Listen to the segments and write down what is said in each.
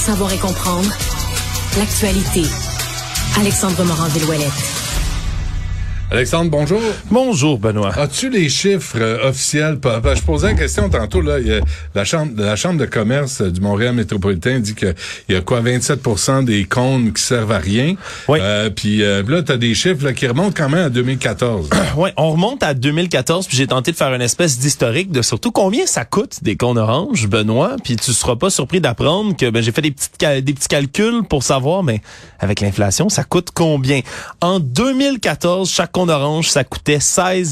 savoir et comprendre l'actualité. Alexandre Morin-Villouellette. Alexandre, bonjour. Bonjour, Benoît. As-tu les chiffres officiels? Je posais la question tantôt, là. Il y a la chambre de commerce du Montréal métropolitain dit que il y a 27% des cônes qui servent à rien. Oui. Puis là, t'as des chiffres là, qui remontent quand même à 2014. Oui, on remonte à 2014, puis j'ai tenté de faire une espèce d'historique de surtout combien ça coûte des cônes oranges, Benoît. Puis tu seras pas surpris d'apprendre que j'ai fait des petits calculs pour savoir, mais avec l'inflation, ça coûte combien? En 2014, chaque cône orange, ça coûtait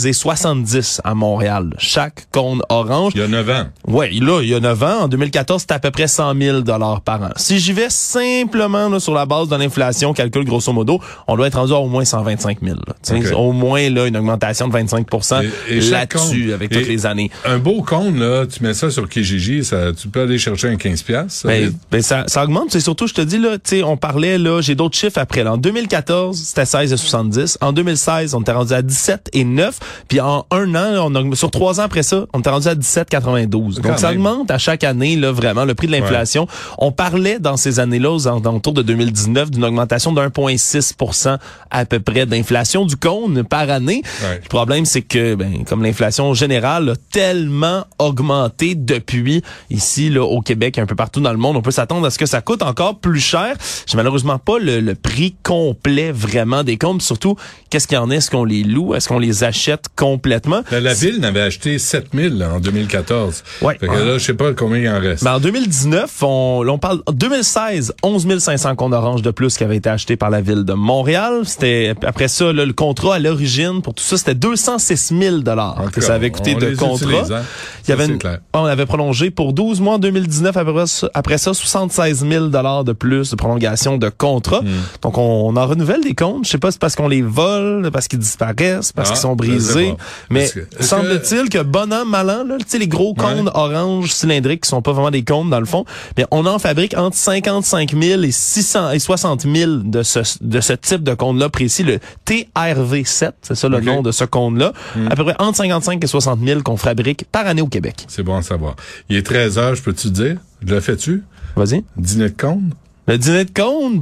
16,70 à Montréal. Chaque cône orange. Il y a 9 ans. Oui, là, il y a 9 ans. En 2014, c'était à peu près 100 000 $ par an. Si j'y vais simplement là, sur la base de l'inflation, calcul grosso modo, on doit être rendu à au moins 125 000. Okay. Au moins là une augmentation de 25 % là-dessus avec toutes les années. Un beau cône, là, tu mets ça sur Kijiji, tu peux aller chercher un 15$. Ça augmente. C'est surtout, je te dis, là, on parlait, là, j'ai d'autres chiffres après. Là. En 2014, c'était 16,70. En 2016, on était rendu à 17,9. Puis en un an, là, sur 3 ans après ça, on était rendu à 17,92. Donc ça augmente à chaque année, là, vraiment, le prix de l'inflation. Ouais. On parlait dans ces années-là, autour de 2019, d'une augmentation de 1,6 % à peu près d'inflation du cône par année. Ouais. Le problème, c'est que, comme l'inflation générale a tellement augmenté depuis ici, là, au Québec et un peu partout dans le monde, on peut s'attendre à ce que ça coûte encore plus cher. J'ai malheureusement pas le prix complet vraiment des cônes. Surtout, qu'est-ce qu'il y en a? Est-ce qu'on les loue? Est-ce qu'on les achète complètement? La ville n'avait acheté 7 000 en 2014. Ouais. Fait que là, je sais pas combien il en reste. En 2019, on parle, en 2016, 11 500 cônes oranges de plus qui avaient été achetés par la ville de Montréal. C'était, après ça, là, le contrat à l'origine pour tout ça, c'était 206 000 $ que ça avait coûté de contrat. Il y avait on avait prolongé pour 12 mois en 2019, après ça, 76 000 $ de plus de prolongation de contrat. Donc, on en renouvelle des comptes. Je sais pas si c'est parce qu'on les vole, parce qu'ils disparaissent, parce qu'ils sont brisés. Mais semble-t-il que bon an, mal an, là, tu sais, les gros cônes orange cylindriques qui sont pas vraiment des cônes dans le fond, mais on en fabrique entre 55 000 et 60 000 de ce type de cône-là précis, le TRV7, c'est ça le nom de ce cône-là. À peu près entre 55 et 60 000 qu'on fabrique par année au Québec. C'est bon à savoir. Il est 13h, je peux-tu dire? Je le fais-tu? Vas-y. Dîner de cône? Le dîner de cône,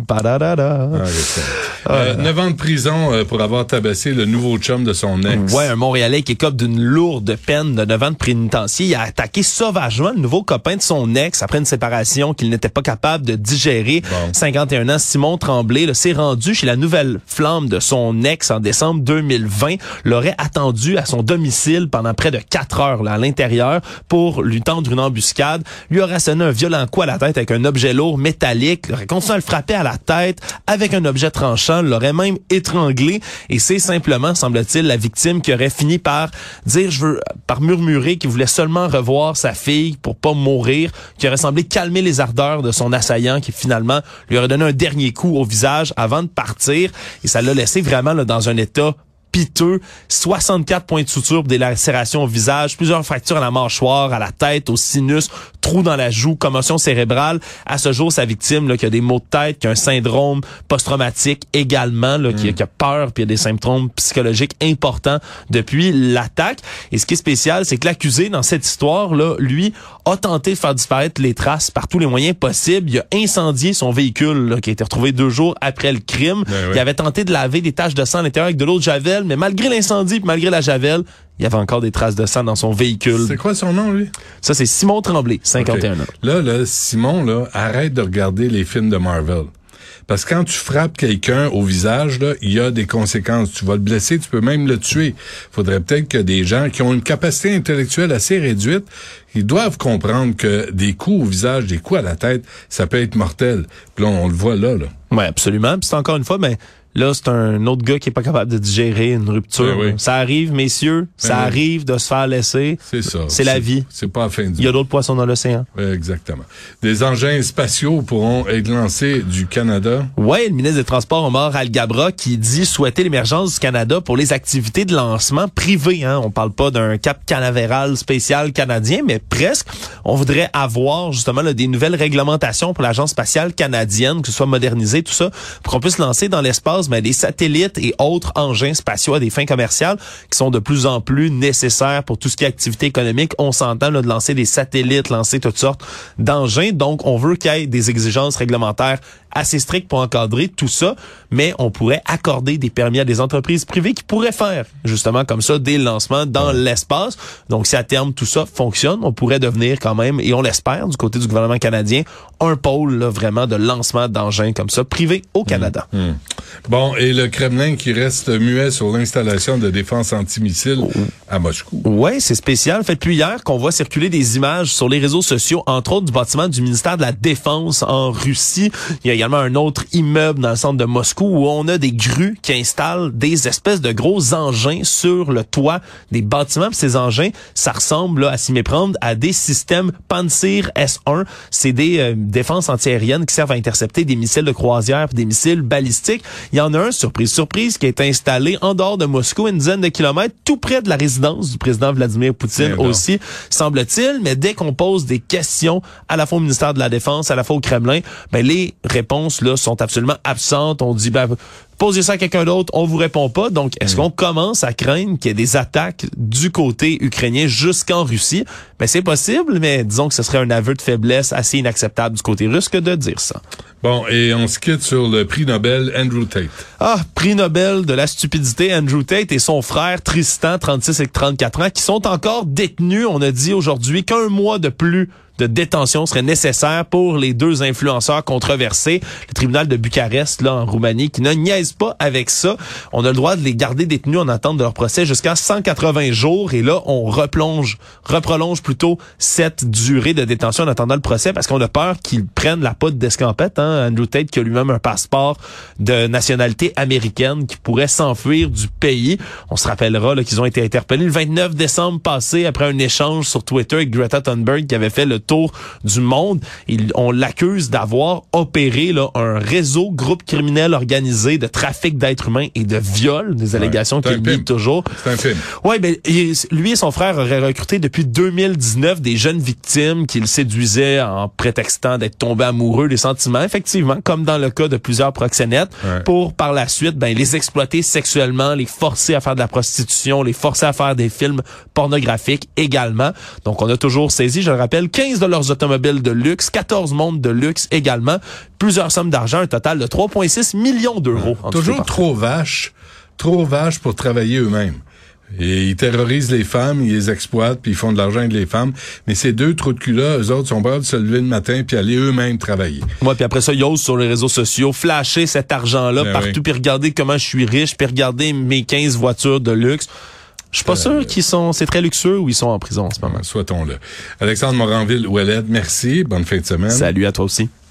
9 ans de prison pour avoir tabassé le nouveau chum de son ex. Ouais, un Montréalais qui écope d'une lourde peine de 9 ans de pénitencier. Il a attaqué sauvagement le nouveau copain de son ex après une séparation qu'il n'était pas capable de digérer. 51 ans, Simon Tremblay s'est rendu chez la nouvelle flamme de son ex en décembre 2020. L'aurait attendu à son domicile pendant près de 4 heures là, à l'intérieur pour lui tendre une embuscade. Lui aurait sonné un violent coup à la tête avec un objet lourd métallique. L'aurait continué à le frapper à la tête avec un objet tranchant, l'aurait même étranglé, et c'est simplement, semble-t-il, la victime qui aurait fini par dire, par murmurer qu'il voulait seulement revoir sa fille pour pas mourir, qui aurait semblé calmer les ardeurs de son assaillant, qui finalement lui aurait donné un dernier coup au visage avant de partir, et ça l'a laissé vraiment là, dans un état piteux, 64 points de suture, des lacérations au visage, plusieurs fractures à la mâchoire, à la tête, au sinus, trous dans la joue, commotion cérébrale. À ce jour, sa victime, là, qui a des maux de tête, qui a un syndrome post-traumatique également, là, qui a peur, puis il y a des symptômes psychologiques importants depuis l'attaque. Et ce qui est spécial, c'est que l'accusé, dans cette histoire-là, lui, a tenté de faire disparaître les traces par tous les moyens possibles. Il a incendié son véhicule, là, qui a été retrouvé 2 jours après le crime. Il avait tenté de laver des taches de sang à l'intérieur avec de l'eau de javel, mais malgré l'incendie, puis malgré la javel, il y avait encore des traces de sang dans son véhicule. C'est quoi son nom, lui? Ça, c'est Simon Tremblay, 51 ans. Là, Simon, là, arrête de regarder les films de Marvel. Parce que quand tu frappes quelqu'un au visage, là, il y a des conséquences. Tu vas le blesser, tu peux même le tuer. Faudrait peut-être que des gens qui ont une capacité intellectuelle assez réduite, ils doivent comprendre que des coups au visage, des coups à la tête, ça peut être mortel. Puis là, on le voit là. Oui, absolument. Puis c'est encore une fois, là, c'est un autre gars qui est pas capable de digérer une rupture. Oui. Ça arrive, messieurs. Ça arrive de se faire laisser. C'est ça. C'est la vie. C'est pas la fin du monde. Il y a d'autres poissons dans l'océan. Oui, exactement. Des engins spatiaux pourront être lancés du Canada. Oui, le ministre des Transports, Omar Al-Gabra, qui dit souhaiter l'émergence du Canada pour les activités de lancement privées. On parle pas d'un Cap Canaveral spécial canadien, mais presque. On voudrait avoir, justement, là, des nouvelles réglementations pour l'Agence spatiale canadienne, que ce soit modernisé, tout ça, pour qu'on puisse lancer dans l'espace l'espace, des satellites et autres engins spatiaux à des fins commerciales qui sont de plus en plus nécessaires pour tout ce qui est activité économique. On s'entend là, de lancer des satellites, lancer toutes sortes d'engins. Donc, on veut qu'il y ait des exigences réglementaires assez strictes pour encadrer tout ça, mais on pourrait accorder des permis à des entreprises privées qui pourraient faire justement comme ça des lancements dans l'espace. Donc, si à terme tout ça fonctionne, on pourrait devenir quand même, et on l'espère du côté du gouvernement canadien, un pôle là, vraiment de lancement d'engins comme ça, privés au Canada. Bon, et le Kremlin qui reste muet sur l'installation de défense antimissile à Moscou. Ouais, c'est spécial. Fait depuis hier qu'on voit circuler des images sur les réseaux sociaux, entre autres du bâtiment du ministère de la Défense en Russie. Il y a également un autre immeuble dans le centre de Moscou où on a des grues qui installent des espèces de gros engins sur le toit des bâtiments. Puis ces engins, ça ressemble là, à s'y méprendre à des systèmes Pantsir S-1. C'est des défenses antiaériennes qui servent à intercepter des missiles de croisière et des missiles balistiques. Il y en a un, surprise, qui est installé en dehors de Moscou, à une dizaine de kilomètres, tout près de la résidence du président Vladimir Poutine aussi, semble-t-il. Mais dès qu'on pose des questions à la fois au ministère de la Défense, à la fois au Kremlin, les réponses là sont absolument absentes. On dit posez ça à quelqu'un d'autre, on vous répond pas. Donc, est-ce qu'on commence à craindre qu'il y ait des attaques du côté ukrainien jusqu'en Russie? C'est possible, mais disons que ce serait un aveu de faiblesse assez inacceptable du côté russe que de dire ça. Bon, et on se quitte sur le prix Nobel Andrew Tate. Prix Nobel de la stupidité, Andrew Tate et son frère Tristan, 36 et 34 ans, qui sont encore détenus. On a dit aujourd'hui qu'un mois de plus de détention serait nécessaire pour les deux influenceurs controversés. Le tribunal de Bucarest, là, en Roumanie, qui ne niaise pas avec ça. On a le droit de les garder détenus en attente de leur procès jusqu'à 180 jours. Et là, on reprolonge plutôt cette durée de détention en attendant le procès parce qu'on a peur qu'ils prennent la poudre d'escampette. Andrew Tate, qui a lui-même un passeport de nationalité américaine, qui pourrait s'enfuir du pays. On se rappellera là, qu'ils ont été interpellés le 29 décembre passé après un échange sur Twitter avec Greta Thunberg qui avait fait le tour du monde. On l'accuse d'avoir opéré là, un groupe criminel organisé de trafic d'êtres humains et de viol, des allégations qu'il nie toujours. C'est un film. Ouais, lui et son frère auraient recruté depuis 2019 des jeunes victimes qu'ils séduisaient en prétextant d'être tombés amoureux des sentiments, effectivement, comme dans le cas de plusieurs proxénètes, pour par la suite les exploiter sexuellement, les forcer à faire de la prostitution, les forcer à faire des films pornographiques également. Donc on a toujours saisi, je le rappelle, 15 de leurs automobiles de luxe, 14 montres de luxe également, plusieurs sommes d'argent, un total de 3,6 millions d'euros. Toujours trop vaches pour travailler eux-mêmes. Et ils terrorisent les femmes, ils les exploitent, puis ils font de l'argent avec les femmes. Mais ces deux trous de cul-là, eux autres sont prêts de se lever le matin puis aller eux-mêmes travailler. Ouais, puis après ça, ils osent sur les réseaux sociaux flasher cet argent-là partout, puis regarder comment je suis riche, puis regarder mes 15 voitures de luxe. Je suis pas sûr c'est très luxueux ou ils sont en prison en ce moment. Soit-on là. Alexandre Moranville-Ouellette, merci. Bonne fin de semaine. Salut à toi aussi.